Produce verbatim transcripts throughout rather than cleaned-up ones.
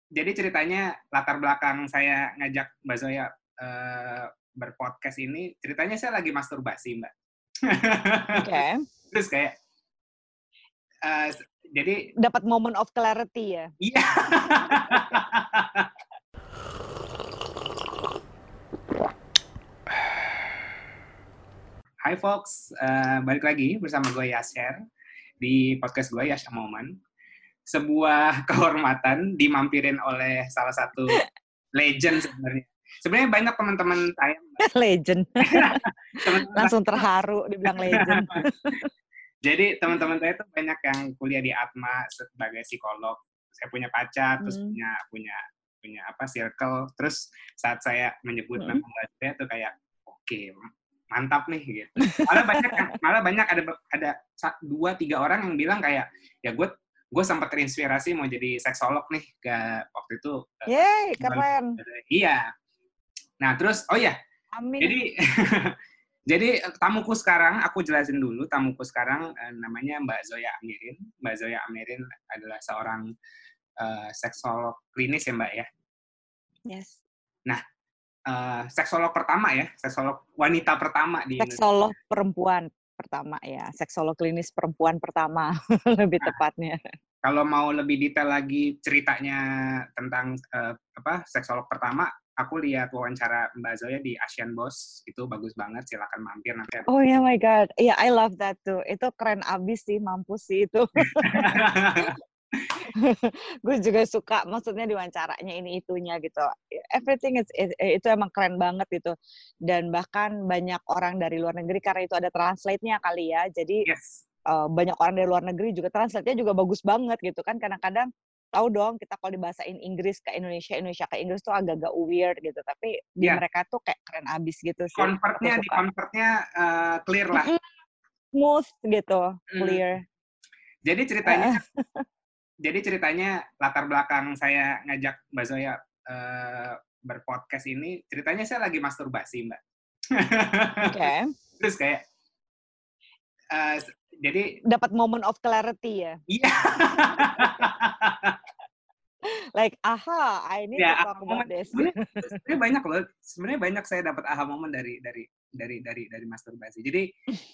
Jadi ceritanya latar belakang saya ngajak Mbak Zoya uh, berpodcast ini, ceritanya saya lagi masturbasi, Mbak. Oke. Okay. Terus kayak, uh, jadi dapat moment of clarity ya? Iya. Hai folks, uh, balik lagi bersama gue Yasser di podcast gue Yasha Moment. Sebuah kehormatan dimampirin oleh salah satu legend sebenarnya. Sebenarnya banyak teman-teman saya. Legend. teman-teman Langsung terharu dibilang legend. Jadi teman-teman saya tuh banyak yang kuliah di Atma sebagai psikolog. Saya punya pacar, terus Hmm. punya punya punya apa circle. Terus saat saya menyebut nama Hmm. Mbak Zoya tuh kayak oke, okay, mantap nih gitu. Malah banyak yang, malah banyak ada ada dua tiga orang yang bilang kayak ya gue gue sempat terinspirasi mau jadi seksolog nih ke waktu itu. Yeay, keren. Iya. Nah terus oh ya, Amin. jadi jadi tamuku sekarang aku jelasin dulu tamuku sekarang eh, namanya Mbak Zoya Amirin. Mbak Zoya Amirin adalah seorang uh, seksolog klinis ya Mbak ya. Yes. Nah uh, seksolog pertama ya, seksolog wanita pertama di Indonesia. Seksolog perempuan pertama ya, seksolog klinis perempuan pertama lebih nah, tepatnya. Kalau mau lebih detail lagi ceritanya tentang uh, apa seksolog pertama, aku lihat wawancara Mbak Zoya di Asian Boss, itu bagus banget, silakan mampir nanti. Ada. Oh ya yeah, my god, ya yeah, I love that too. Itu keren abis sih, mampus sih itu. Gue juga suka, maksudnya diwawancara-nya ini itunya gitu. Everything is, it, itu emang keren banget gitu. Dan bahkan banyak orang dari luar negeri karena itu ada translate-nya kali ya. Jadi yes. uh, banyak orang dari luar negeri juga translate-nya juga bagus banget gitu kan. Kadang-kadang tahu dong kita kalau dibahasain Inggris ke Indonesia, Indonesia ke Inggris tuh agak-agak weird gitu. Tapi di yeah. mereka tuh kayak keren abis gitu sih. Convert-nya, di convert-nya uh, clear lah. Smooth gitu, mm. clear. Jadi ceritanya, jadi ceritanya latar belakang saya ngajak Mbak Zoya uh, berpodcast ini, ceritanya saya lagi masturbasi, Mbak. Oke. Okay. Terus kayak, uh, jadi dapat moment of clarity ya. Iya. Like, aha, I need ya, to talk about moment, this. Sebenarnya banyak loh, sebenarnya banyak saya dapat aha moment dari dari dari dari dari masturbasi. Jadi,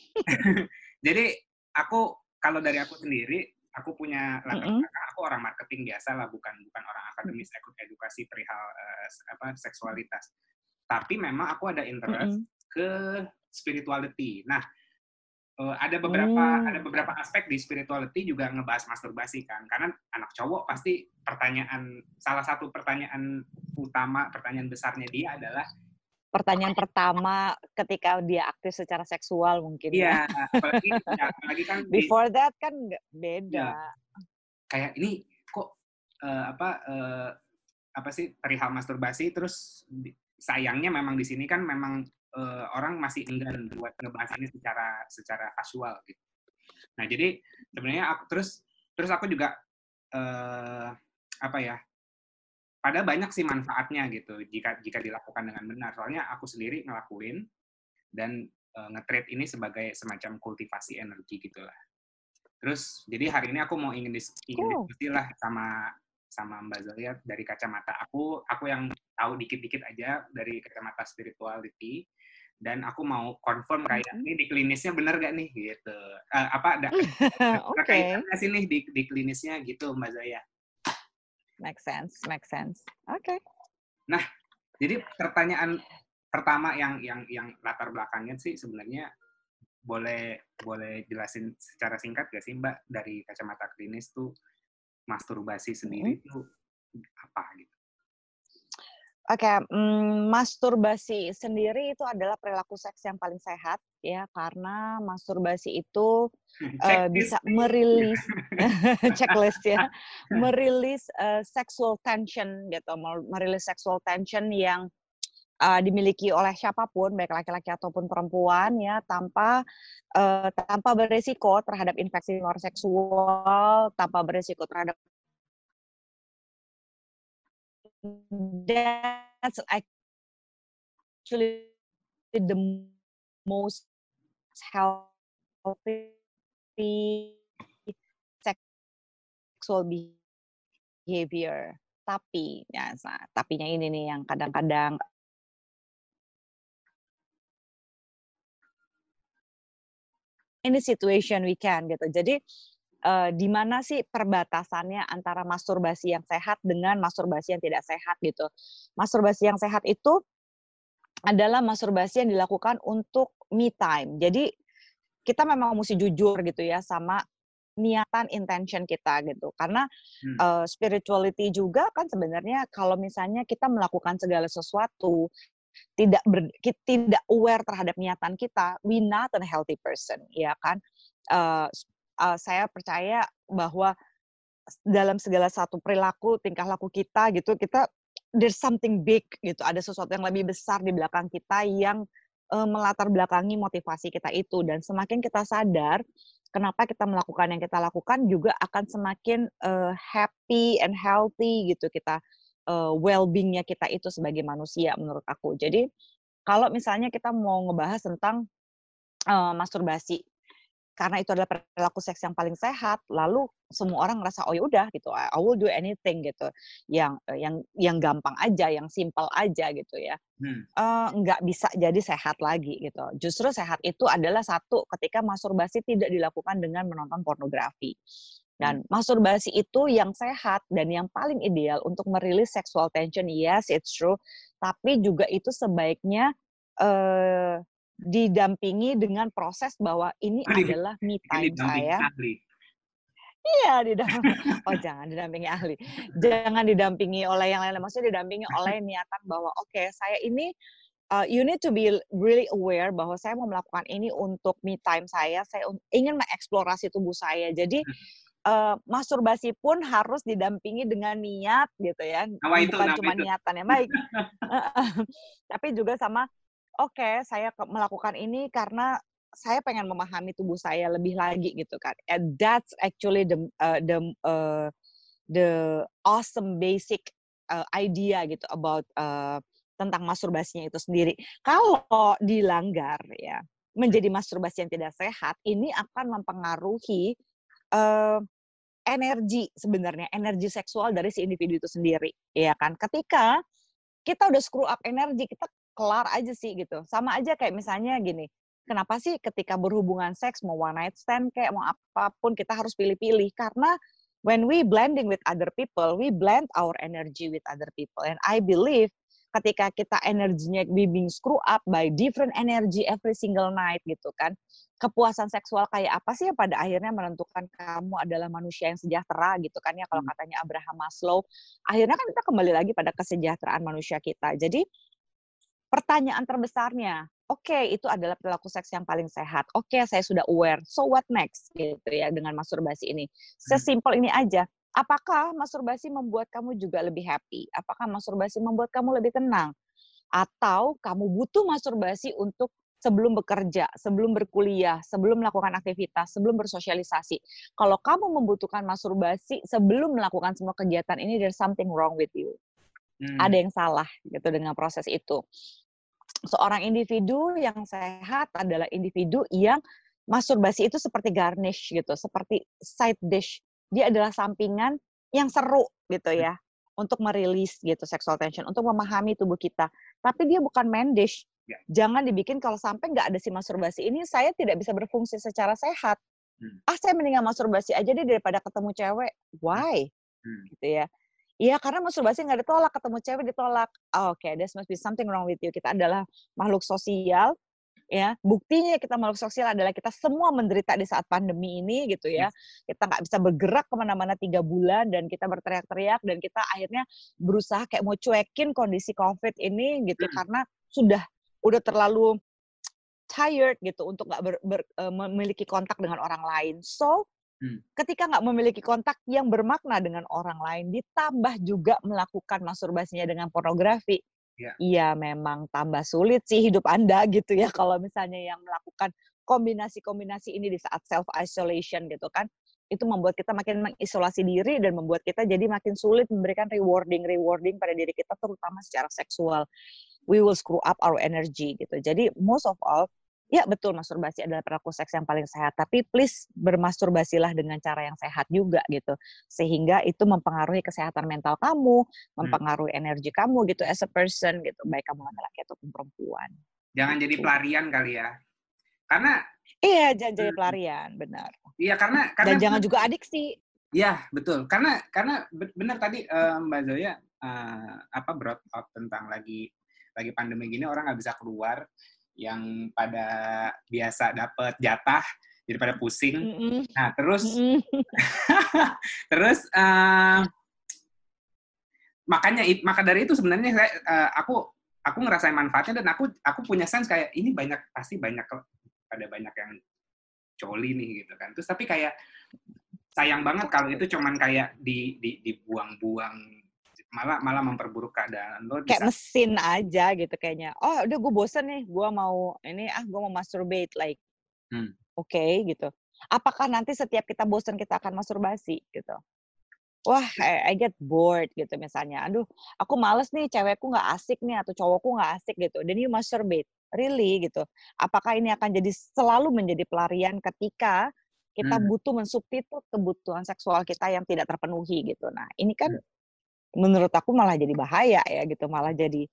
jadi aku kalau dari aku sendiri, aku punya latar belakang, mm-hmm. aku orang marketing biasa lah, bukan bukan orang akademis edukasi perihal uh, apa seksualitas. Tapi memang aku ada interest mm-hmm. ke spirituality. Nah, uh, ada beberapa mm. ada beberapa aspek di spirituality juga ngebahas masturbasi kan. Karena anak cowok pasti pertanyaan salah satu pertanyaan utama, pertanyaan besarnya dia adalah pertanyaan pertama ketika dia aktif secara seksual mungkin iya, ya. apalagi, ya, apalagi kan before di, that kan beda. Ya, kayak ini kok uh, apa uh, apa sih perihal masturbasi, terus sayangnya memang di sini kan memang uh, orang masih enggan buat ngebahas ini secara secara kasual gitu. Nah jadi sebenarnya aku terus terus aku juga uh, apa ya? Pada banyak sih manfaatnya gitu jika jika dilakukan dengan benar. Soalnya aku sendiri ngelakuin dan uh, nge-treat ini sebagai semacam kultivasi energi gitulah. Terus jadi hari ini aku mau ingin dis, ingin cool. diskusi lah sama sama Mbak Zoya dari kacamata aku, aku yang tahu dikit-dikit aja dari kacamata spirituality, dan aku mau confirm kayak mm-hmm. ini di klinisnya bener gak nih gitu. Uh, apa ada okay. kaitannya sih nih di, di klinisnya gitu Mbak Zoya. Make sense, make sense. Oke. Okay. Nah, jadi pertanyaan pertama yang yang yang latar belakangnya sih sebenarnya boleh boleh jelasin secara singkat gak sih Mbak dari kacamata klinis tuh masturbasi sendiri itu mm-hmm. apa gitu? Oke, okay, mm, masturbasi sendiri itu adalah perilaku seks yang paling sehat ya, karena masturbasi itu uh, bisa merilis checklist ya, merilis uh, sexual tension gitu, merilis sexual tension yang uh, dimiliki oleh siapapun, baik laki-laki ataupun perempuan ya, tanpa uh, tanpa beresiko terhadap infeksi luar seksual, tanpa beresiko terhadap that's actually the most healthy sexual behavior. Tapi, ya, nah, tapinya ini nih yang kadang-kadang "In this situation we can," gitu. Jadi, eee, di mana sih perbatasannya antara masturbasi yang sehat dengan masturbasi yang tidak sehat gitu. Masturbasi yang sehat itu adalah masturbasi yang dilakukan untuk me time. Jadi, kita memang musti jujur gitu ya sama niatan intention kita gitu. Karena, Hmm. eee, spirituality juga kan sebenarnya kalau misalnya kita melakukan segala sesuatu, tidak ber ki tidak aware terhadap niatan kita, we not a healthy person, ya kan. Eee, s eee, saya percaya bahwa s dalam segala satu perilaku, tingkah laku kita gitu, kita there's something big gitu, ada sesuatu yang lebih besar di belakang kita yang, eee, melatar belakangi motivasi kita itu. Dan semakin kita sadar, kenapa kita melakukan yang kita lakukan juga akan semakin, eee, happy and healthy gitu kita, eee, well-being-nya kita itu sebagai manusia menurut aku. Jadi, kalau misalnya kita mau ngebahas tentang, eee, masturbasi, karena itu adalah perilaku seks yang paling sehat, lalu semua orang ngerasa, "Oh ya udah," gitu, "I I will do anything," gitu, yang, eee, yang yang gampang aja, yang simpel aja gitu ya. Hmm. Eee, nggak bisa jadi sehat lagi gitu. Justru sehat itu adalah satu, ketika masturbasi tidak dilakukan dengan menonton pornografi. Hmm. Dan masturbasi itu yang sehat dan yang paling ideal untuk merilis sexual tension, yes, it's true. Tapi juga itu sebaiknya, eee, didampingi dengan proses bahwa ini Oh, di adalah me ini time dampingi saya. ahli. Iya, didam oh jangan didampingi ahli. Jangan didampingi oleh yang lain, maksudnya didampingi oleh niatan bahwa, "Oke, saya ini," eee, you need to be really aware bahwa saya mau melakukan ini untuk me time saya, saya un ingin mengeksplorasi tubuh saya. Jadi, Hmm. eee, masturbasi pun harus didampingi dengan niat gitu ya, Nawaitu bukan cuma nawaitu. niatan yang baik heeh, tapi juga sama, "Oke, saya ke melakukan ini karena saya pengen memahami tubuh saya lebih lagi," gitu kan. And that's actually the, eee, the, eee, the awesome basic, eee, idea gitu about, eee, tentang masturbasinya itu sendiri. Kalau dilanggar ya, menjadi masturbasi yang tidak sehat, ini akan mempengaruhi, eee, energi sebenarnya, energi seksual dari si individu itu sendiri, ya kan. Ketika kita udah screw up energi, kita kelar aja sih gitu. Sama aja kayak misalnya gini, kenapa sih ketika berhubungan seks, mau one night stand kek, mau apapun, kita harus pilih-pilih. Karena when we blending with other people, we blend our energy with other people. And I believe ketika kita energinya we being screw up by different energy every single night gitu kan, kepuasan seksual kayak apa sih yang pada akhirnya menentukan kamu adalah manusia yang sejahtera gitu kan ya, kalau Hmm. katanya Abraham Maslow. Akhirnya kan kita kembali lagi pada kesejahteraan manusia kita. Jadi, pertanyaan terbesarnya, oke itu adalah perilaku seks yang paling sehat, oke saya sudah aware, so what next? Gitu ya dengan masturbasi ini. Hmm. Sesimpel ini aja, apakah masturbasi membuat kamu juga lebih happy? Apakah masturbasi membuat kamu lebih tenang? Atau kamu butuh masturbasi untuk sebelum bekerja, sebelum berkuliah, sebelum melakukan aktivitas, sebelum bersosialisasi. Kalau kamu membutuhkan masturbasi sebelum melakukan semua kegiatan ini, there's something wrong with you. Hmm. Ada yang salah gitu dengan proses itu. Seorang individu yang sehat adalah individu yang masturbasi itu seperti garnish gitu, seperti side dish. Dia adalah sampingan yang seru gitu Hmm. ya, untuk merilis gitu sexual tension, untuk memahami tubuh kita. Tapi dia bukan main dish. Ya. Jangan dibikin kalau sampai nggak ada si masturbasi ini, saya tidak bisa berfungsi secara sehat. Hmm. Ah, saya mendingan masturbasi aja deh daripada ketemu cewek. Hmm. Why? Hmm. Gitu ya. Iya, karena masturbasi nggak ditolak, ketemu cewek ditolak. Oh, oke, there must be something wrong with you. Kita adalah makhluk sosial, ya. Buktinya kita makhluk sosial adalah kita semua menderita di saat pandemi ini, gitu ya. Yes. Kita nggak bisa bergerak kemana-mana tiga bulan, dan kita berteriak-teriak, dan kita akhirnya berusaha kayak mau cuekin kondisi COVID ini, gitu. Hmm. Karena sudah udah terlalu tired gitu untuk nggak ber, ber, eee, memiliki kontak dengan orang lain. So, Hmm. ketika nggak memiliki kontak yang bermakna dengan orang lain, ditambah juga melakukan masturbasinya dengan pornografi, Ya. iya memang tambah sulit sih hidup Anda gitu ya, kalau misalnya yang melakukan kombinasi-kombinasi ini di saat self isolation gitu kan. Itu membuat kita makin mengisolasi diri dan membuat kita jadi makin sulit memberikan rewarding-rewarding pada diri kita terutama secara seksual. We will screw up our energy gitu. Jadi most of all Ya betul, masturbasi adalah perilaku seks yang paling sehat, tapi please bermasturbasilah dengan cara yang sehat juga gitu. Sehingga itu mempengaruhi kesehatan mental kamu, Hmm. mempengaruhi energi kamu gitu as a person gitu, baik kamu laki-laki ataupun perempuan. Jangan jadi Gitu. pelarian kali ya. Karena Iya, jangan jadi hmm, pelarian, benar. iya karena karena Dan jangan bener juga tadi. adiksi. Iya, betul. Karena karena be- benar tadi eh, Mbak Zoya eh, apa brought up tentang lagi lagi pandemi gini orang nggak bisa keluar, yang pada biasa dapat jatah jadi pada pusing. Mhm, Nah, terus mhm. terus eh, makanya it- maka dari itu sebenarnya saya eh, aku aku ngerasain manfaatnya, dan aku aku punya sense kayak ini banyak, pasti banyak pada banyak yang coli nih gitu kan. Terus tapi kayak sayang banget kalau itu cuman kayak di, di dibuang-buang, malah malah memperburuk keadaan lo Kayak bisa. mesin aja gitu kayaknya. Oh udah gue bosen nih, gue mau ini ah gue mau masturbate like Hmm. oke okay, gitu. Apakah nanti setiap kita bosen kita akan masturbasi gitu? Wah, I, I get bored gitu misalnya. Aduh, aku males nih, cewekku nggak asik nih atau cowokku nggak asik gitu. Then you masturbate, really gitu. Apakah ini akan jadi selalu menjadi pelarian ketika kita Hmm. butuh mensubstitut kebutuhan seksual kita yang tidak terpenuhi gitu. Nah, ini kan Hmm. menurut aku malah jadi bahaya ya gitu, malah jadi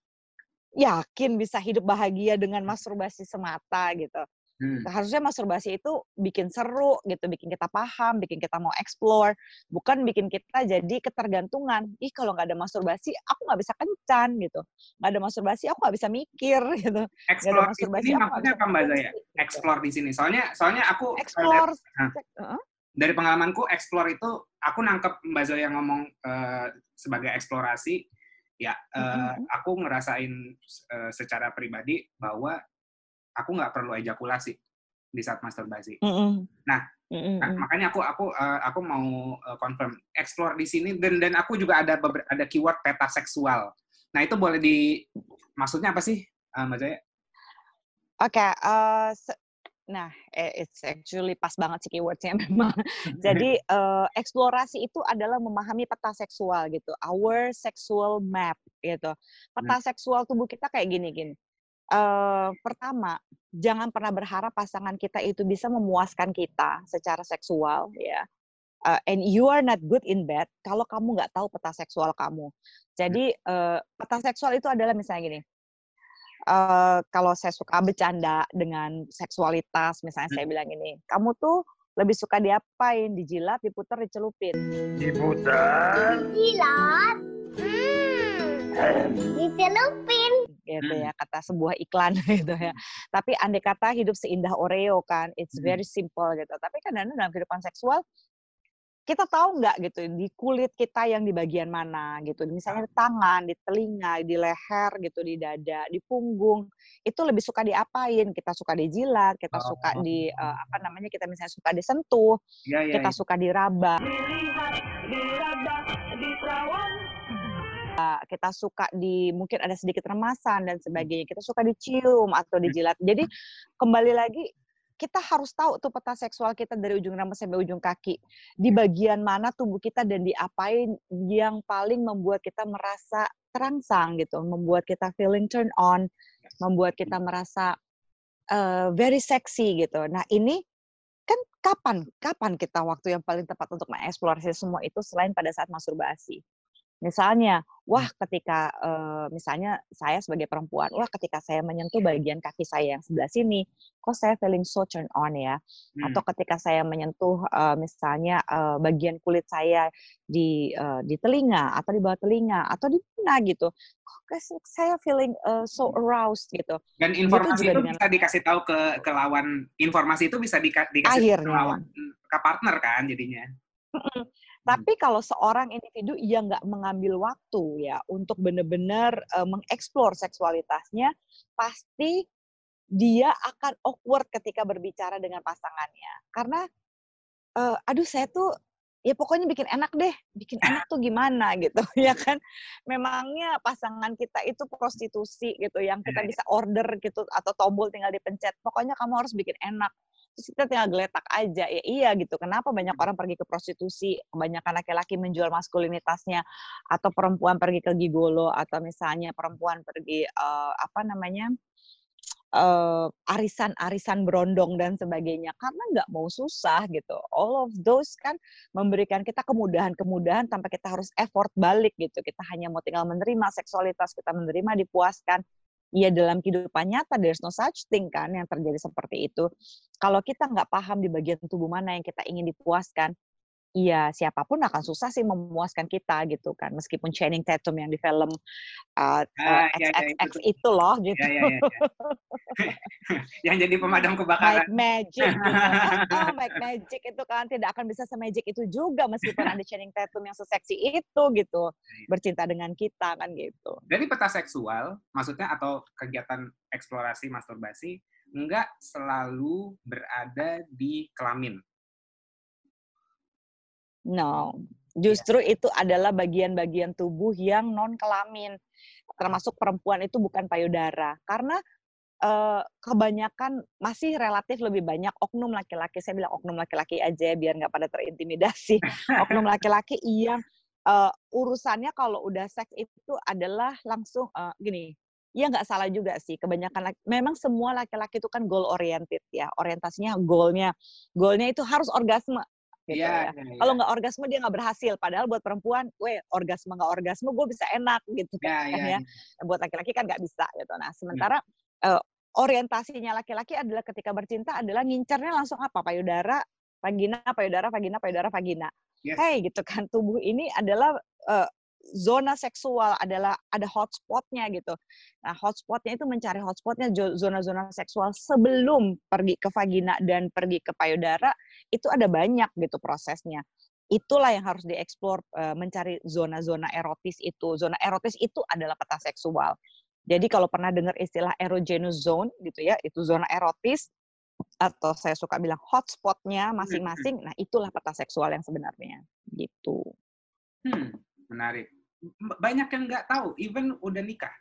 yakin bisa hidup bahagia dengan masturbasi semata gitu. Hmm. Harusnya masturbasi itu bikin seru gitu, bikin kita paham, bikin kita mau explore, bukan bikin kita jadi ketergantungan. Ih kalau nggak ada masturbasi, aku nggak bisa kencan gitu. Nggak ada masturbasi, aku nggak bisa mikir gitu. Nggak ada Explore di masturbasi, sini aku nggak maksudnya bisa apa Mbak Zaya? berfungsi gitu. Explore di sini. Soalnya soalnya aku eh, dari, Explore, nah, heeh, dari pengalamanku explore itu aku nangkep Mbak Zoya ngomong eh, sebagai eksplorasi, ya mhm eh, mhm, aku ngerasain eh, secara pribadi bahwa aku nggak perlu ejakulasi di saat masturbasi. mhm, Nah, mhm nah, mhm. makanya aku aku eh, aku mau eh, confirm explore di sini, dan dan aku juga ada beber- ada keyword peta seksual. Nah, itu boleh di maksudnya apa sih eh, Mbak Zoya? Oke, eee, se nah, eh, it's actually pas banget sih keyword-nya memang. Jadi, eee, eksplorasi itu adalah memahami peta seksual gitu, our sexual map gitu. Peta seksual tubuh kita kayak gini gini, eee, pertama, jangan pernah berharap pasangan kita itu bisa memuaskan kita secara seksual ya, eee, and you are not good in bed kalau kamu nggak tahu peta seksual kamu. Jadi, eee, peta seksual itu adalah misalnya gini, Eee, kalau saya suka bercanda dengan seksualitas, misalnya saya bilang gini, "Kamu tuh lebih suka diapain? Dijilat, diputer, dicelupin?" Diputar, dijilat, hmm, dicelupin. Gitu Hmm. ya, kata sebuah iklan gitu ya. Tapi andai kata hidup seindah Oreo kan, it's Hmm. very simple gitu. Tapi kadang-kadang dalam kehidupan seksual kita tahu nggak gitu, di kulit kita yang di bagian mana gitu, misalnya di tangan, di telinga, di leher gitu, di dada, di punggung, itu lebih suka diapain? Kita suka dijilat, kita suka Oh, di, eee, apa namanya, kita misalnya suka disentuh, iya iya kita iya. suka diraba, Dilihat, diraba, diterawang. kita suka di mungkin ada sedikit remasan dan sebagainya, kita suka dicium atau dijilat. Jadi kembali lagi, kita harus tahu tuh peta seksual kita dari ujung rambut sampai ujung kaki. Di bagian mana tubuh kita dan diapain yang paling membuat kita merasa terangsang gitu, membuat kita feeling turn on, membuat kita merasa, eee, very sexy gitu. Nah ini kan kapan kapan kita waktu yang paling tepat untuk mengeksplorasi semua itu selain pada saat masturbasi? Misalnya, wah Hmm. ketika, eee, misalnya saya sebagai perempuan, wah ketika saya menyentuh bagian kaki saya yang sebelah sini, kok saya feeling so turn on ya. Hmm. Atau ketika saya menyentuh, eee, misalnya, eee, bagian kulit saya di, eee, di telinga atau di bawah telinga atau di mana gitu, kok kas saya feeling, eee, so aroused gitu. Dan Begitu informasi juga itu dengan bisa dikasih tahu ke ke lawan, informasi itu bisa dika dikasih tahu ke lawan, akhirnya. mmm, ke partner kan jadinya. Mhm. Hmm. Tapi kalau seorang individu yang nggak mengambil waktu ya untuk benar-benar, eee, mengeksplor seksualitasnya, pasti dia akan awkward ketika berbicara dengan pasangannya. Karena, eee, "Aduh saya tuh ya pokoknya bikin enak deh, bikin enak tuh gimana?" Gitu ya kan. Memangnya pasangan kita itu prostitusi gitu yang kita Iya iya. bisa order gitu atau tombol tinggal dipencet, "Pokoknya kamu harus bikin enak." Terus kita tinggal geletak aja, ya iya gitu. Kenapa banyak orang pergi ke prostitusi, kebanyakan laki-laki menjual maskulinitasnya, atau perempuan pergi ke gigolo, atau misalnya perempuan pergi, eee, apa namanya, uh, arisan-arisan berondong dan sebagainya karena nggak mau susah gitu. All of those kan memberikan kita kemudahan-kemudahan tanpa kita harus effort balik gitu. Kita hanya mau tinggal menerima seksualitas kita, menerima, dipuaskan. Ya dalam kehidupan nyata there's no such thing kan yang terjadi seperti itu. Kalau kita nggak paham di bagian tubuh mana yang kita ingin dipuaskan, iya siapapun akan susah sih memuaskan kita gitu kan. Meskipun Channing Tatum yang di film uh, uh, Ah, ya, ya, X X X itu. itu loh gitu. Ya, ya, ya, ya. Yang jadi pemadam kebakaran. Mike Magic gitu. Oh, Mike Magic itu kan tidak akan bisa se-magic itu juga meskipun ada Channing Tatum yang seseksi itu gitu. Bercinta dengan kita kan gitu. Dari peta seksual, maksudnya atau kegiatan eksplorasi masturbasi, enggak selalu berada di kelamin. No, justru itu adalah bagian-bagian tubuh yang non kelamin. Termasuk perempuan itu bukan payudara. Karena uh, kebanyakan masih relatif lebih banyak oknum laki-laki. Saya bilang oknum laki-laki aja biar nggak pada terintimidasi. Oknum laki-laki yang uh, urusannya kalau udah seks itu adalah langsung uh, gini. Ya nggak salah juga sih. Kebanyakan laki, memang semua laki-laki itu kan goal oriented ya. Orientasinya goalnya, goalnya itu harus orgasme. Gitu ya, ya. ya, ya. Kalau nggak orgasme dia nggak berhasil. Padahal buat perempuan, weh orgasme nggak orgasme gue bisa enak gitu ya, kan ya, ya. ya. Buat laki-laki kan nggak bisa gitu. Nah sementara ya. uh, orientasinya laki-laki adalah ketika bercinta adalah ngincernya langsung apa? Payudara, vagina, payudara, vagina, payudara, vagina. Yes. Hey gitu kan tubuh ini adalah uh, zona seksual adalah ada hotspotnya gitu. Nah hotspotnya itu mencari hotspotnya zona-zona seksual sebelum pergi ke vagina dan pergi ke payudara itu ada banyak gitu prosesnya. Itulah yang harus dieksplor uh, mencari zona-zona erotis itu. Zona erotis itu adalah peta seksual. Jadi kalau pernah dengar istilah erogenous zone gitu ya, itu zona erotis atau saya suka bilang hotspotnya masing-masing. Nah itulah peta seksual yang sebenarnya gitu. Hmm. Menarik. Banyak yang nggak tahu, even udah nikah.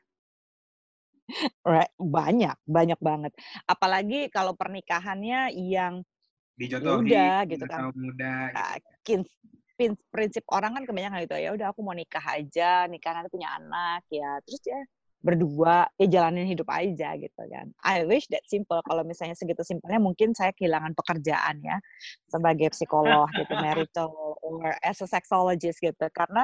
Right. Banyak, banyak banget. Apalagi kalau pernikahannya yang dijodohi, udah gitu kan. Muda, gitu. Uh, prinsip orang kan kebanyakan gitu ya udah aku mau nikah aja, nikah nanti punya anak ya, terus ya berdua ya jalanin hidup aja gitu kan. I wish that simple. Kalau misalnya segitu simpelnya mungkin saya kehilangan pekerjaan ya sebagai psikolog gitu, marital or as a sexologist gitu karena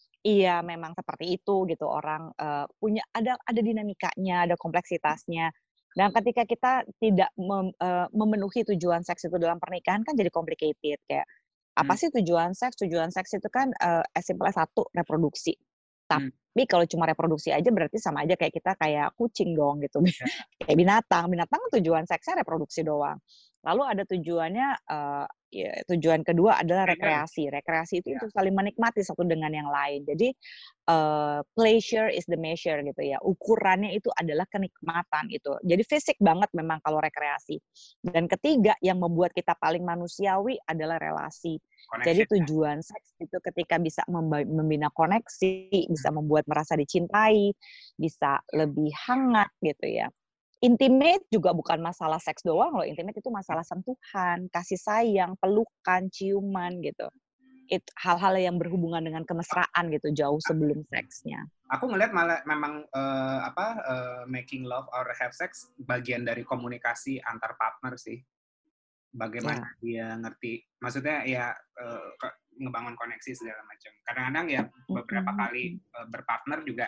iya memang seperti itu gitu orang uh, punya ada ada dinamikanya, ada kompleksitasnya. Dan ketika kita tidak mem, uh, memenuhi tujuan seks itu dalam pernikahan kan jadi complicated kayak apa hmm. sih tujuan seks? Tujuan seks itu kan uh, as simple as satu reproduksi. Tapi hmm. kalau cuma reproduksi aja berarti sama aja kayak kita kayak kucing dong gitu. Yeah. Kayak binatang. Binatang tujuan seksnya reproduksi doang. Lalu ada tujuannya uh, ya, tujuan kedua adalah rekreasi. Rekreasi itu yeah. untuk saling menikmati satu dengan yang lain. Jadi uh, pleasure is the measure gitu ya. Ukurannya itu adalah kenikmatan itu. Jadi fisik banget memang kalau rekreasi. Dan ketiga yang membuat kita paling manusiawi adalah relasi. Connection. Jadi tujuan seks itu ketika bisa membina koneksi, bisa membuat merasa dicintai, bisa lebih hangat gitu ya. Intimate juga bukan masalah seks doang loh. Intimate itu masalah sentuhan, kasih sayang, pelukan, ciuman gitu. Itu hal-hal yang berhubungan dengan kemesraan gitu jauh sebelum seksnya. Aku ngeliat malah memang uh, apa uh, making love or have sex bagian dari komunikasi antar partner sih. Bagaimana ya. Dia ngerti, maksudnya ya uh, ke, ngebangun koneksi segala macam. Kadang-kadang ya beberapa mm-hmm. kali uh, berpartner juga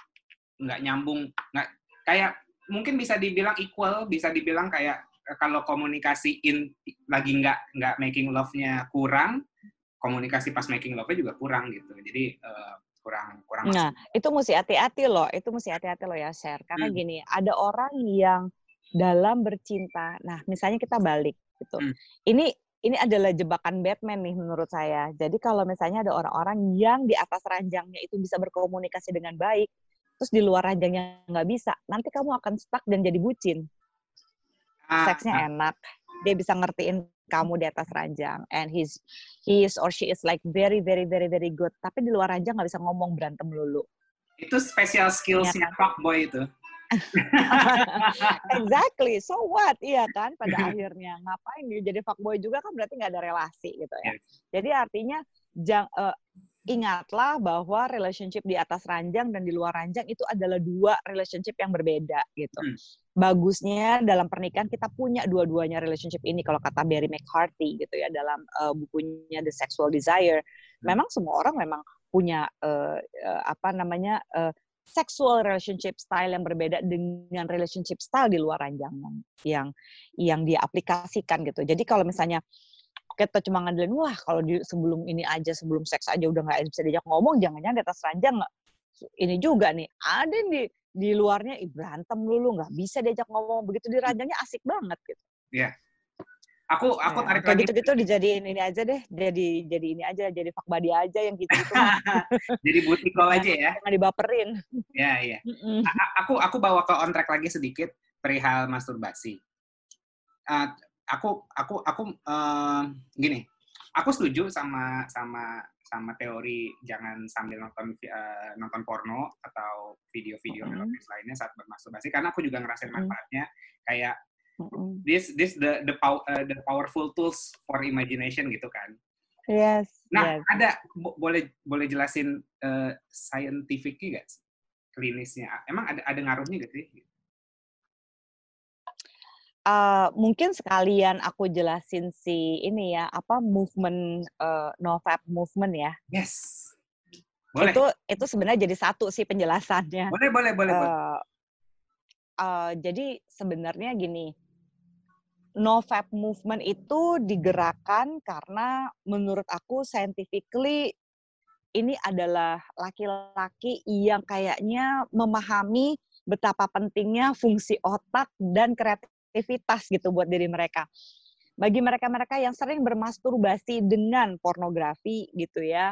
nggak nyambung, nggak kayak mungkin bisa dibilang equal, bisa dibilang kayak kalau komunikasi in lagi nggak nggak making love-nya kurang, komunikasi pas making love-nya juga kurang gitu. Jadi uh, kurang kurang. Nah masuk. Itu mesti hati-hati loh, itu mesti hati-hati loh ya share. Karena hmm. gini, ada orang yang dalam bercinta, nah misalnya kita balik gitu. Hmm. Ini ini adalah jebakan Batman nih menurut saya. Jadi kalau misalnya ada orang-orang yang di atas ranjangnya itu bisa berkomunikasi dengan baik, terus di luar ranjangnya nggak bisa, nanti kamu akan stuck dan jadi bucin. Ah, Seksnya ah. enak, dia bisa ngertiin kamu di atas ranjang, and he's he is or she is like very very very very good. Tapi di luar ranjang nggak bisa ngomong, berantem melulu. Itu special skills-nya ya, fuckboy itu. Exactly, so what? Iya kan, pada akhirnya ngapain dia jadi fuckboy juga kan berarti nggak ada relasi gitu ya. Yes. Jadi artinya jang, uh, ingatlah bahwa relationship di atas ranjang dan di luar ranjang itu adalah dua relationship yang berbeda gitu. Hmm. Bagusnya dalam pernikahan kita punya dua-duanya relationship ini kalau kata Barry McCarthy gitu ya dalam uh, bukunya The Sexual Desire. Memang semua orang memang punya uh, uh, apa namanya uh, sexual relationship style yang berbeda dengan relationship style di luar ranjang yang yang, yang dia aplikasikan gitu. Jadi kalau misalnya kita cuma ngandelin, wah kalau di, sebelum ini aja, sebelum seks aja udah nggak bisa diajak ngomong, jangan-jangan di atas ranjang nggak, ini juga nih, ada yang di, di luarnya ih, berantem dulu, nggak bisa diajak ngomong, begitu di ranjangnya asik banget gitu. Iya. Aku aku Nah, tarik kayak lagi. gitu-gitu dijadiin ini aja deh, jadi jadi ini aja, jadi fuck buddy aja yang gitu-gitu. Jadi booty call aja ya. Jangan dibaperin. Ya, iya. A- aku aku bawa ke on track lagi sedikit perihal masturbasi. Uh, aku aku aku uh, gini, aku setuju sama sama sama teori jangan sambil nonton uh, nonton porno atau video-video Mm-hmm. erotis lainnya saat bermasturbasi karena aku juga ngerasain Mm-hmm. manfaatnya kayak Mm-hmm. this this the the pow, uh, the powerful tools for imagination gitu kan. Yes. Nah, yes. ada bo- boleh boleh jelasin uh, scientifically nggak klinisnya? Emang ada ada ngaruhnya gitu sih? Uh, mungkin sekalian aku jelasin si ini ya apa movement uh, nofap movement ya. Yes. Boleh. Itu itu sebenarnya jadi satu sih penjelasannya. Boleh boleh boleh. Uh, boleh. Uh, jadi sebenarnya gini, nofap movement itu digerakkan karena menurut aku scientifically ini adalah laki-laki yang kayaknya memahami betapa pentingnya fungsi otak dan kreativitas aktivitas gitu buat diri mereka. Bagi mereka-mereka yang sering bermasturbasi dengan pornografi gitu ya,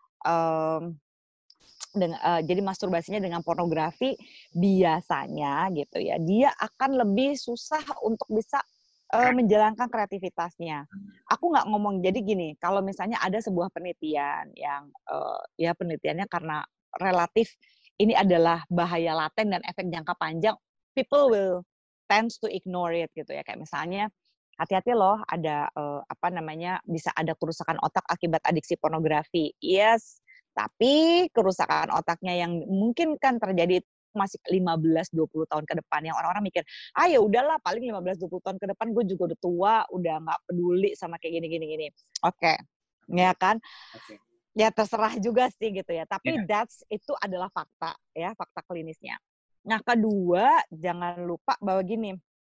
um, dengan, uh, jadi masturbasinya dengan pornografi biasanya gitu ya, dia akan lebih susah untuk bisa uh, menjalankan kreativitasnya. Aku nggak ngomong jadi gini, kalau misalnya ada sebuah penelitian yang uh, ya penelitiannya karena relatif ini adalah bahaya laten dan efek jangka panjang, people will tends to ignore it gitu ya, kayak misalnya hati-hati loh ada uh, apa namanya bisa ada kerusakan otak akibat adiksi pornografi. Yes, tapi kerusakan otaknya yang mungkin kan terjadi masih lima belas dua puluh tahun ke depan yang orang-orang mikir, ah ya udahlah paling lima belas dua puluh tahun ke depan gue juga udah tua, udah nggak peduli sama kayak gini gini gini. Oke. Okay. Ya kan? Okay. Ya terserah juga sih gitu ya. Tapi yeah. that's itu adalah fakta ya, fakta klinisnya. Nah, kedua, jangan lupa bahwa gini,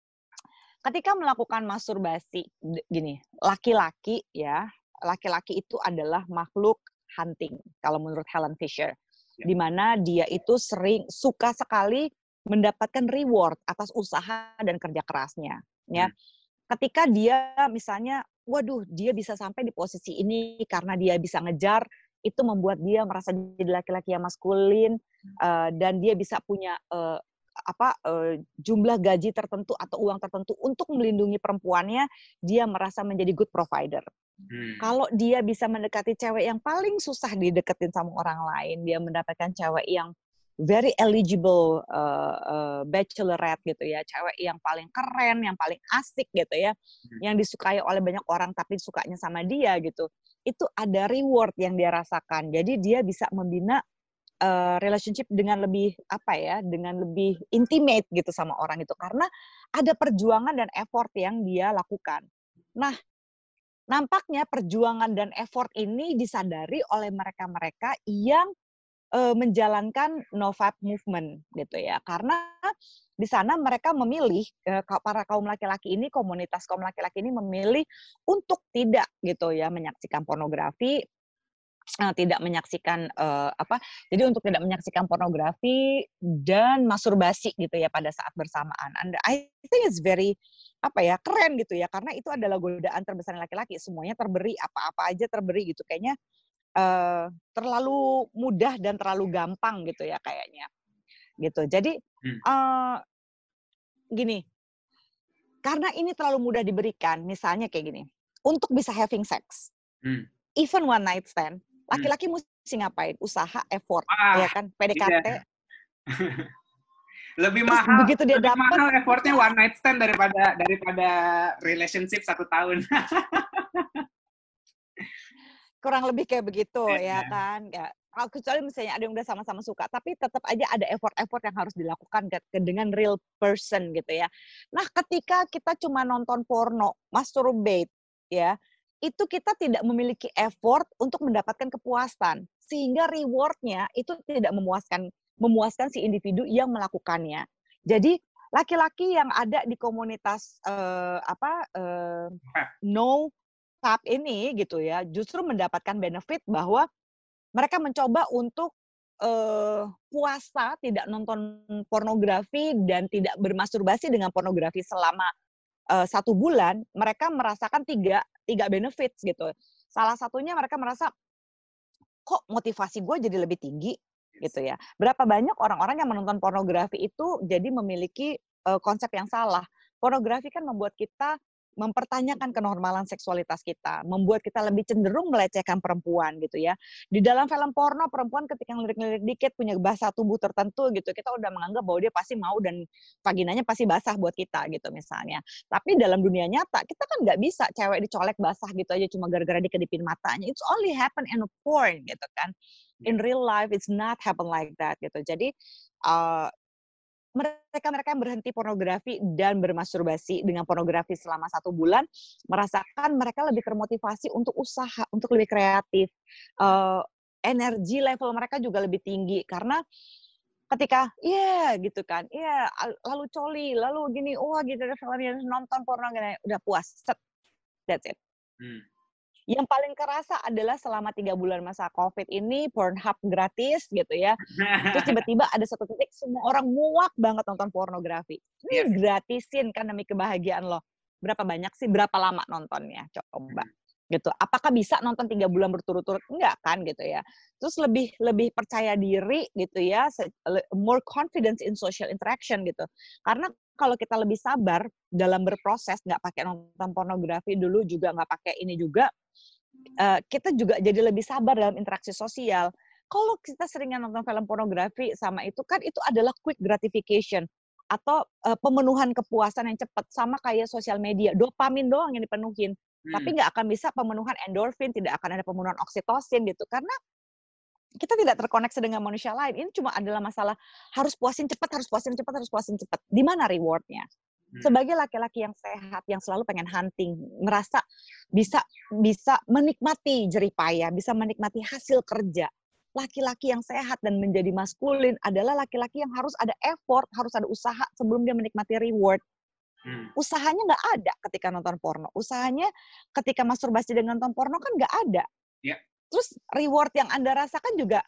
ketika melakukan masturbasi, gini, laki-laki ya, laki-laki itu adalah makhluk hunting, kalau menurut Helen Fisher, ya. Di mana dia itu sering suka sekali mendapatkan reward atas usaha dan kerja kerasnya. Ya, hmm. Ketika dia misalnya, waduh, dia bisa sampai di posisi ini karena dia bisa ngejar. Itu membuat dia merasa jadi laki-laki yang maskulin uh, dan dia bisa punya uh, apa uh, jumlah gaji tertentu atau uang tertentu untuk melindungi perempuannya, dia merasa menjadi good provider. Hmm. Kalau dia bisa mendekati cewek yang paling susah dideketin sama orang lain, dia mendapatkan cewek yang very eligible uh, uh, bachelorette gitu ya, cewek yang paling keren, yang paling asik gitu ya, hmm. yang disukai oleh banyak orang tapi sukanya sama dia gitu. Itu ada reward yang dia rasakan. Jadi dia bisa membina uh, relationship dengan lebih apa ya, dengan lebih intimate gitu sama orang itu karena ada perjuangan dan effort yang dia lakukan. Nah, nampaknya perjuangan dan effort ini disadari oleh mereka-mereka yang uh, menjalankan nofap movement gitu ya. Karena di sana mereka memilih, para kaum laki-laki ini, komunitas kaum laki-laki ini memilih untuk tidak gitu ya menyaksikan pornografi, tidak menyaksikan uh, apa, jadi untuk tidak menyaksikan pornografi dan masturbasi gitu ya pada saat bersamaan. And I think it's very apa ya keren gitu ya karena itu adalah godaan terbesar laki-laki, semuanya terberi, apa-apa aja terberi gitu kayaknya uh, terlalu mudah dan terlalu gampang gitu ya kayaknya gitu. Jadi uh, gini, karena ini terlalu mudah diberikan, misalnya kayak gini, untuk bisa having sex, hmm. even one night stand, laki-laki hmm. mesti ngapain? Usaha, effort, ah, ya kan? P D K T. Iya. Lebih mahal, begitu dia lebih dapet, mahal effortnya one night stand daripada daripada relationship satu tahun. kurang lebih kayak begitu Yeah. ya kan. Ya, kecuali misalnya ada yang udah sama-sama suka, tapi tetap aja ada effort-effort yang harus dilakukan ke, ke dengan real person gitu ya. Nah, ketika kita cuma nonton porno, masturbate ya, itu kita tidak memiliki effort untuk mendapatkan kepuasan, sehingga reward-nya itu tidak memuaskan memuaskan si individu yang melakukannya. Jadi laki-laki yang ada di komunitas uh, apa uh, no tap ini gitu ya, justru mendapatkan benefit bahwa mereka mencoba untuk uh, puasa, tidak nonton pornografi dan tidak bermasturbasi dengan pornografi selama uh, satu bulan. Mereka merasakan tiga tiga benefits gitu. Salah satunya mereka merasa kok motivasi gue jadi lebih tinggi gitu ya. Berapa banyak orang-orang yang menonton pornografi itu jadi memiliki uh, konsep yang salah. Pornografi kan membuat kita mempertanyakan kenormalan seksualitas kita, membuat kita lebih cenderung melecehkan perempuan gitu ya. Di dalam film porno, perempuan ketika ngelirik-ngelirik dikit punya bahasa tubuh tertentu gitu, kita udah menganggap bahwa dia pasti mau dan vaginanya pasti basah buat kita gitu misalnya. Tapi dalam dunia nyata, kita kan nggak bisa cewek dicolek basah gitu aja cuma gara-gara dikedipin matanya. It's only happen in a porn gitu kan. In real life, it's not happen like that gitu. Jadi, uh, mereka-mereka yang berhenti pornografi dan bermasturbasi dengan pornografi selama satu bulan, merasakan mereka lebih termotivasi untuk usaha, untuk lebih kreatif. Uh, energi level mereka juga lebih tinggi, karena ketika, iya yeah, gitu kan, iya yeah, lalu coli, lalu gini, wah oh, gitu, filmnya nonton porno, gini, udah puas, set, that's it. Hmm. Yang paling kerasa adalah selama tiga bulan masa COVID ini, Pornhub gratis gitu ya. Terus tiba-tiba ada satu titik semua orang muak banget nonton pornografi. Ini yes. gratisin kan demi kebahagiaan lo. Berapa banyak sih, berapa lama nontonnya? Coba. Gitu. Apakah bisa nonton tiga bulan berturut-turut? Enggak kan gitu ya. Terus lebih lebih percaya diri gitu ya, more confidence in social interaction gitu. Karena kalau kita lebih sabar dalam berproses, nggak pakai nonton pornografi dulu juga, nggak pakai ini juga, uh, kita juga jadi lebih sabar dalam interaksi sosial. Kalau kita seringnya nonton film pornografi sama itu kan itu adalah quick gratification atau uh, pemenuhan kepuasan yang cepat, sama kayak sosial media, dopamin doang yang dipenuhin, hmm. tapi nggak akan bisa pemenuhan endorfin, tidak akan ada pemenuhan oksitosin gitu, karena kita tidak terkoneksi dengan manusia lain. Ini cuma adalah masalah harus puasin cepat, harus puasin cepat, harus puasin cepat. Di mana rewardnya? Sebagai laki-laki yang sehat, yang selalu pengen hunting, merasa bisa bisa menikmati jerih payah, bisa menikmati hasil kerja. Laki-laki yang sehat dan menjadi maskulin adalah laki-laki yang harus ada effort, harus ada usaha sebelum dia menikmati reward. Hmm. Usahanya nggak ada ketika nonton porno. Usahanya ketika masturbasi dengan nonton porno kan nggak ada. Yeah. Terus reward yang Anda rasakan juga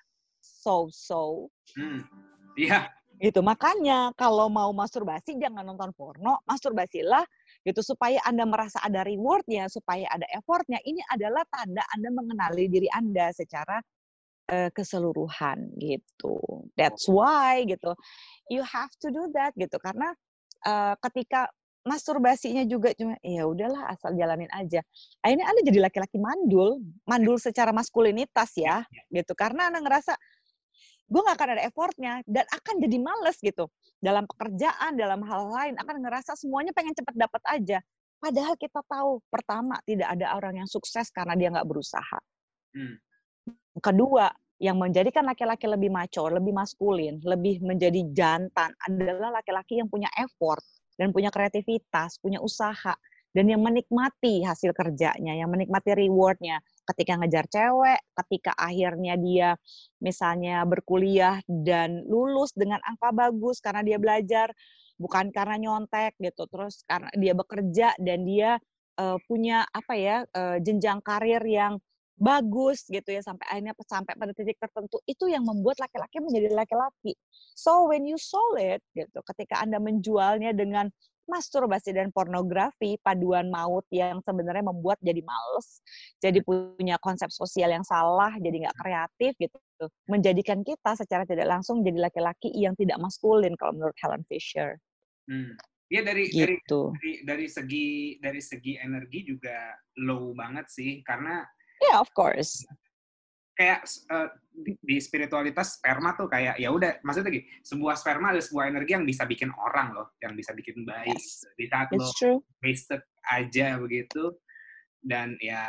so-so. Hmm. Iya. Gitu. Makanya kalau mau masturbasi jangan nonton porno, masturbasilah gitu supaya Anda merasa ada rewardnya, supaya ada effortnya. Ini adalah tanda Anda mengenali diri Anda secara uh, keseluruhan gitu. That's why gitu. You have to do that gitu, karena uh, ketika masturbasinya juga cuma ya udahlah asal jalanin aja. Akhirnya Anda jadi laki-laki mandul, mandul secara maskulinitas ya, gitu. Karena Anda ngerasa gue gak akan ada effortnya dan akan jadi males gitu. Dalam pekerjaan, dalam hal lain akan ngerasa semuanya pengen cepat dapat aja. Padahal kita tahu pertama tidak ada orang yang sukses karena dia nggak berusaha. Hmm. Kedua, yang menjadikan laki-laki lebih macho, lebih maskulin, lebih menjadi jantan adalah laki-laki yang punya effort dan punya kreativitas, punya usaha, dan yang menikmati hasil kerjanya, yang menikmati rewardnya ketika ngejar cewek, ketika akhirnya dia misalnya berkuliah dan lulus dengan angka bagus karena dia belajar, bukan karena nyontek gitu, terus karena dia bekerja dan dia uh, punya apa ya uh, jenjang karir yang bagus gitu ya, sampai akhirnya sampai pada titik tertentu, itu yang membuat laki-laki menjadi laki-laki. So when you sold it gitu, ketika Anda menjualnya dengan masturbasi dan pornografi, paduan maut yang sebenarnya membuat jadi males, jadi punya konsep sosial yang salah, jadi nggak kreatif gitu, menjadikan kita secara tidak langsung jadi laki-laki yang tidak maskulin kalau menurut Helen Fisher. Hmm. Ya dari, gitu. dari dari dari segi dari segi energi juga low banget sih, karena yeah, of course. Kayak uh, di, di spiritualitas sperma tuh kayak ya udah, maksudnya gini, sebuah sperma ada sebuah energi yang bisa bikin orang loh, yang bisa bikin bayi. Yes. Di saat lo wasted aja begitu, dan ya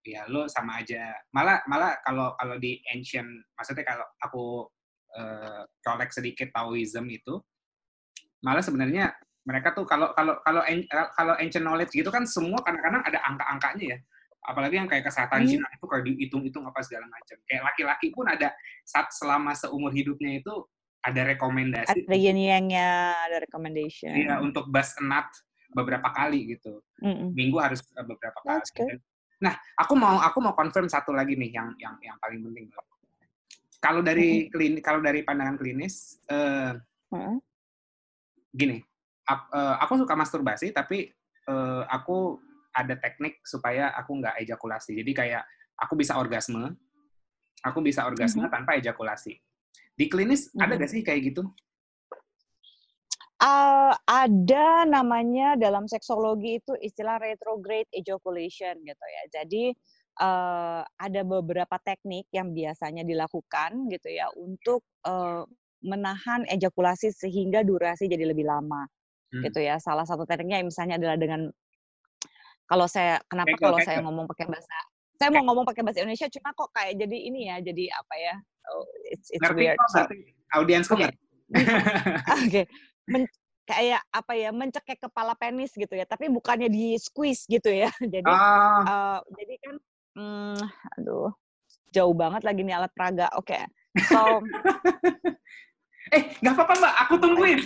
ya lo sama aja. Malah malah kalau kalau di ancient, maksudnya kalau aku uh, colek sedikit Taoism itu, malah sebenarnya mereka tuh kalau kalau kalau kalau ancient knowledge gitu kan semua kadang-kadang ada angka-angkanya ya. Apalagi yang kayak kesehatan Hmm. Cina itu kalau dihitung-hitung apa segala macam. Kayak laki-laki pun ada saat selama seumur hidupnya itu ada rekomendasi. Ada yin-yang-nya, ada recommendation. Iya, untuk bust a nut beberapa kali gitu. Mm-mm. Minggu harus beberapa That's kali. good. Nah, aku mau aku mau confirm satu lagi nih yang yang yang paling penting. Kalau dari klinis, kalau dari pandangan klinis, uh, Mm-mm. gini, ap, uh, aku suka masturbasi, tapi uh, aku ada teknik supaya aku nggak ejakulasi. Jadi kayak aku bisa orgasme, aku bisa orgasme Mm-hmm. tanpa ejakulasi. Di klinis mm-hmm. ada nggak sih kayak gitu? Uh, ada namanya dalam seksologi itu istilah retrograde ejaculation gitu ya. Jadi uh, ada beberapa teknik yang biasanya dilakukan gitu ya untuk uh, menahan ejakulasi sehingga durasi jadi lebih lama hmm. gitu ya. Salah satu tekniknya misalnya adalah dengan kalau saya kenapa kegel, kalau kegel. saya ngomong pakai bahasa saya mau ngomong pakai bahasa Indonesia cuma kok kayak jadi ini ya jadi apa ya oh, it's it's ngerti weird. Kok, so, audiensku okay. ngerti. Oke. Okay. Men- kayak apa ya mencekek kepala penis gitu ya tapi bukannya di squeeze gitu ya jadi oh. uh, jadi kan hmm, aduh jauh banget lagi nih alat peraga oke okay. so eh nggak apa-apa mbak aku tungguin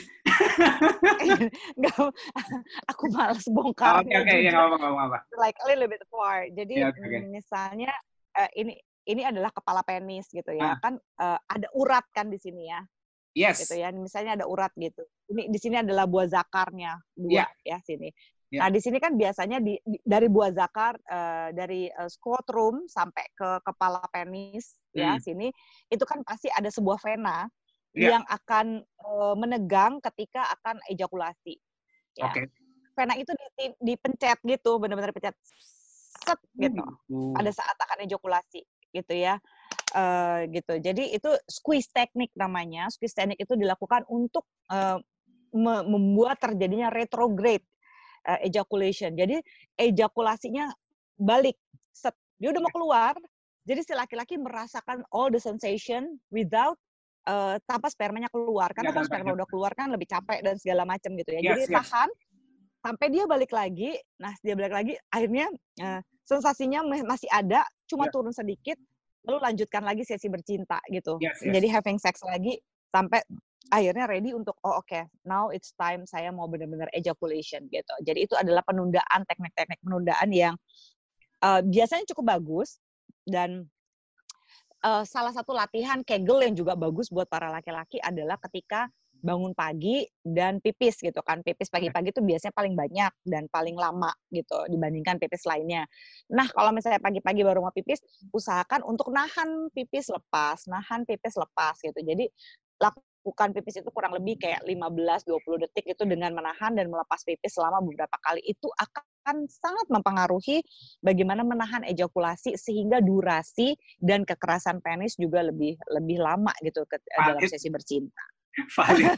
nggak aku malas bongkar oke oke okay, okay. ya nggak apa-apa like a little bit far jadi yeah, okay, okay. misalnya uh, ini ini adalah kepala penis gitu ya ah. kan uh, ada urat kan di sini ya. Yes. Gitu ya, misalnya ada urat gitu. Ini di sini adalah buah zakarnya, dua yeah. ya sini. Yeah. Nah di sini kan biasanya di, di dari buah zakar uh, dari uh, scrotum sampai ke kepala penis hmm. ya sini itu kan pasti ada sebuah vena yeah. yang akan uh, menegang ketika akan ejakulasi. Ya. Oke. Okay. Vena itu dipencet gitu, benar-benar pencet set gitu. Uh. Pada saat akan ejakulasi gitu ya. Uh, gitu. Jadi itu squeeze teknik namanya. Squeeze teknik itu dilakukan untuk uh, me- membuat terjadinya retrograde uh, ejaculation. Jadi ejakulasinya balik. Set. Dia udah mau keluar. Jadi si laki-laki merasakan all the sensation without uh, tanpa spermanya keluar. Karena ya, kalau sperma udah keluar kan lebih capek dan segala macam gitu ya. Yes, Jadi yes. tahan sampai dia balik lagi. Nah, dia balik lagi akhirnya uh, sensasinya masih ada, cuma yeah. turun sedikit. Lalu lanjutkan lagi sesi bercinta gitu. Yes, yes. Jadi having sex lagi sampai akhirnya ready untuk oh oke, okay, now it's time saya mau benar-benar ejaculation gitu. Jadi itu adalah penundaan, teknik-teknik penundaan yang uh, biasanya cukup bagus dan uh, salah satu latihan Kegel yang juga bagus buat para laki-laki adalah ketika bangun pagi dan pipis gitu kan. Pipis pagi-pagi itu biasanya paling banyak dan paling lama gitu dibandingkan pipis lainnya. Nah, kalau misalnya pagi-pagi baru mau pipis, usahakan untuk nahan pipis lepas, nahan pipis lepas gitu. Jadi lakukan pipis itu kurang lebih kayak lima belas sampai dua puluh detik itu dengan menahan dan melepas pipis selama beberapa kali. Itu akan sangat mempengaruhi bagaimana menahan ejakulasi sehingga durasi dan kekerasan penis juga lebih lebih lama gitu ke, dalam sesi bercinta. Valid.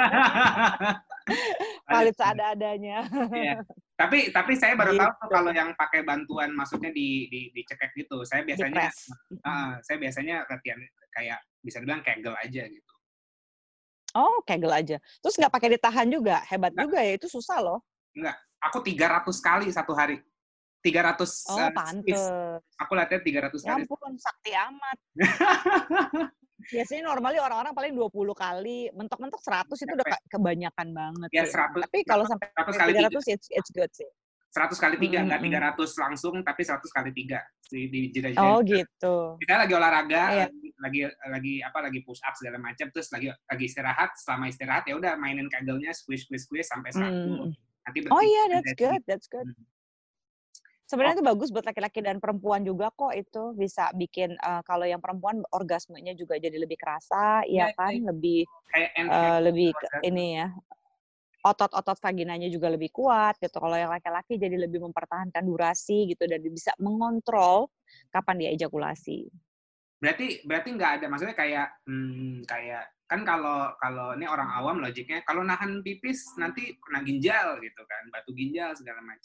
Valid seadanya. Ya. Tapi tapi saya baru gitu. tahu tuh kalau yang pakai bantuan maksudnya di di dicekek gitu. Saya biasanya uh, saya biasanya latihan kayak bisa dibilang Kegel aja gitu. Oh, Kegel aja. Terus nggak pakai ditahan juga. Hebat Nggak. juga ya, itu susah loh. Enggak. Aku tiga ratus kali satu hari. tiga ratus Oh, uh, pantes. Aku latihan tiga ratus kali. Ya ampun, sakti amat. Biasanya normally orang-orang paling dua puluh kali, mentok-mentok seratus itu udah kebanyakan banget ya, sih. seratus, Tapi kalau sampai tiga ratus it's, it's good sih. seratus kali tiga, mm-hmm. nggak tiga ratus langsung, tapi seratus kali tiga. Di, di, di, di, oh gitu. Kita lagi olahraga, yeah. lagi lagi apa lagi push up segala macam, terus lagi lagi istirahat, selama istirahat ya udah mainin Kegelnya squeeze squeeze squeeze sampai seratus. Mm. Nanti oh iya, yeah, that's good, that's good. Hmm. Sebenarnya oh. itu bagus buat laki-laki dan perempuan juga kok itu bisa bikin uh, kalau yang perempuan orgasmenya juga jadi lebih kerasa, ya, ya kan, ya. lebih uh, lebih ke, ini ya otot-otot vaginanya juga lebih kuat gitu. Kalau yang laki-laki jadi lebih mempertahankan durasi gitu dan bisa mengontrol kapan dia ejakulasi. Berarti berarti nggak ada maksudnya kayak hmm, kayak kan kalau kalau ini orang awam logiknya kalau nahan pipis nanti kena ginjal gitu kan, batu ginjal segala macam.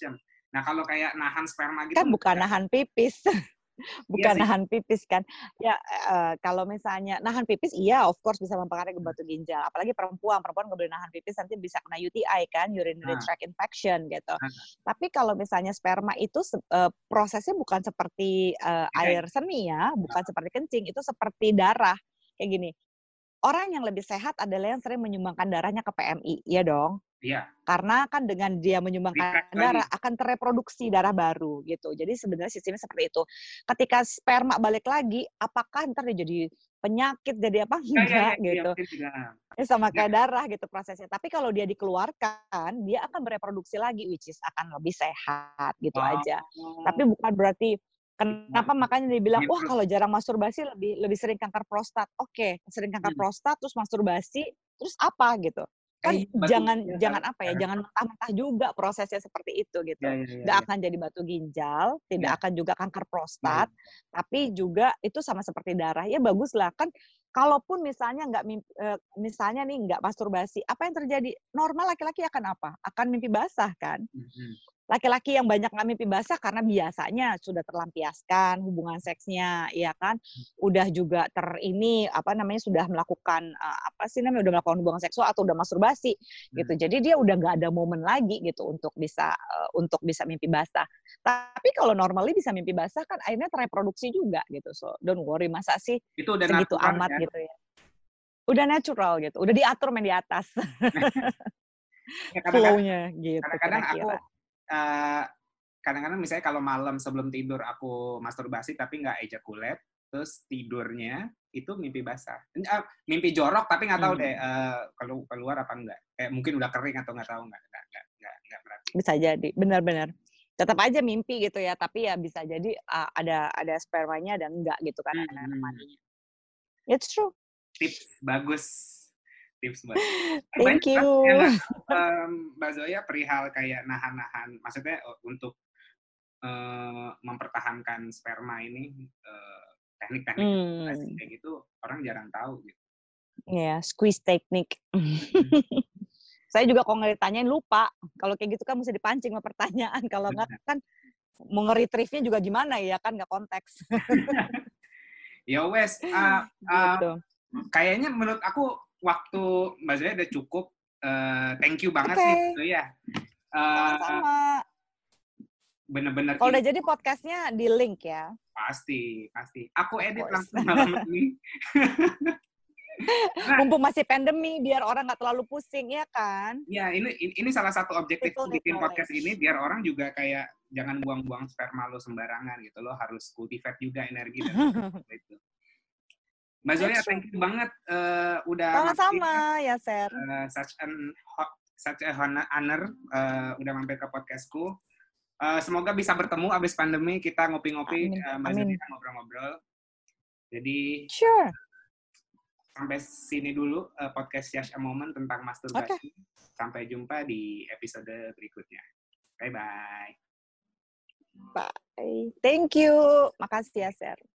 Nah kalau kayak nahan sperma gitu, kan bukan enggak. nahan pipis. Bukan Iya nahan pipis kan. Ya, eee, kalau misalnya nahan pipis iya of course bisa mempengaruhi ke batu ginjal, apalagi perempuan, perempuan nggak boleh nahan pipis nanti bisa kena U T I kan, urinary Nah, tract infection gitu. nah, Tapi kalau misalnya sperma itu se eee, prosesnya bukan seperti, eee, iya, air seni ya, bukan seperti kencing, itu seperti darah. Kayak gini, orang yang lebih sehat adalah yang sering menyumbangkan darahnya ke P M I, iya dong? iya, Karena kan dengan dia menyumbangkan refresh lagi. darah akan terreproduksi darah baru gitu. Jadi sebenarnya sistemnya seperti itu. Ketika sperma balik lagi, apakah ntar dia jadi penyakit, jadi apa? Ya, ya, ya, Enggak iya gitu. mungkin juga. Ya sama Ya, kayak darah gitu prosesnya. Tapi kalau dia dikeluarkan, dia akan bereproduksi lagi, which is akan lebih sehat gitu aja. oh, Tapi bukan berarti bisa. kenapa makanya dibilang, wah Gitu. kalau jarang masturbasi lebih lebih sering kanker prostat. Oke, sering kanker Hmm. prostat terus masturbasi, terus apa gitu? Kan Eh, batu jangan ginjal jangan kali apa ya, sekarang. jangan mentah-mentah juga prosesnya seperti itu gitu. Ya, ya, ya, Nggak ya. akan jadi batu ginjal, tidak Ya, akan juga kanker ya, ya. prostat, tapi juga itu sama seperti darah. Ya baguslah kan kalaupun misalnya nggak mimpi, eee, misalnya nih nggak masturbasi, apa yang terjadi? Normal laki-laki akan apa? Akan mimpi basah kan? Mhm. Laki-laki yang banyak nggak mimpi basah karena biasanya sudah terlampiaskan hubungan seksnya, ya kan? Udah juga ter ini, apa namanya, sudah melakukan, eee, apa sih namanya, udah melakukan hubungan seksual atau udah masturbasi, Hmm. gitu. Jadi dia udah nggak ada momen lagi gitu untuk bisa, eee, untuk bisa mimpi basah. Tapi kalau normally bisa mimpi basah kan akhirnya terreproduksi juga gitu, so don't worry, masa sih Itu udah segitu natural amat ya. gitu ya. Udah natural gitu, udah diatur main di atas Ya kadang-kadang flow-nya gitu kadang-kadang aku kira-kira. eh, kadang-kadang misalnya kalau malam sebelum tidur aku masturbasi tapi nggak ejaculate, terus tidurnya itu mimpi basah. Eh, mimpi jorok tapi nggak tahu deh Mmm. eh, kalau keluar apa enggak. Kayak mungkin udah kering atau nggak tahu nggak nggak nggak nggak nggak berarti. Bisa jadi, benar-benar. Tetap aja mimpi gitu ya, tapi ya bisa jadi, eee, ada ada spermanya dan enggak gitu kan, Hmm, anak hmm. maninya. It's true. Tips bagus, tips bagus. Banyak Thank banget yang you. nggak tahu, em, Mbak Zoya perihal kayak nahan-nahan, maksudnya eh, untuk eh, mempertahankan sperma ini, eh, teknik-teknik masturbasi Mmm, kayak gitu orang jarang tahu gitu. iya, squeeze technique. Mhm. Saya juga kalau nggak ditanyain lupa. Kalau kayak gitu kan mesti dipancing sama pertanyaan, kalau nggak Benar. kan mau nge-retrieve-nya juga gimana ya, kan nggak konteks. Ya wes, uh, uh, Gitu. kayaknya menurut aku waktu Mbak Zoya udah cukup. Uh, thank you banget Oke, nih Mbak Zoya. Uh, sama-sama. bener-bener Kalau udah ini jadi podcast-nya di-link ya, pasti, pasti. Aku of edit course. langsung malam ini. Karena Mumpung masih pandemi, biar orang nggak terlalu pusing, ya kan? ya ini ini ini salah satu People objektifku need bikin podcast ini knowledge. biar orang juga kayak jangan buang-buang sperma lo sembarangan gitu. Lo harus cultivate juga energi dan itu. Mbak Zoya, It's true. thank you banget uh, udah mampir. Sama-sama, ya, Ser. Uh, such an hot, such a honor uh, udah mampir ke podcastku. Uh, semoga bisa bertemu abis pandemi, kita ngopi-ngopi, Amin, uh, Mbak amin. Zoya ngobrol-ngobrol. Jadi Sure. sampai sini dulu uh, podcast Yash a Moment tentang Oke. masturbasi. Sampai jumpa di episode berikutnya. Bye-bye. Bye. Thank you. Makasih ya, Ser.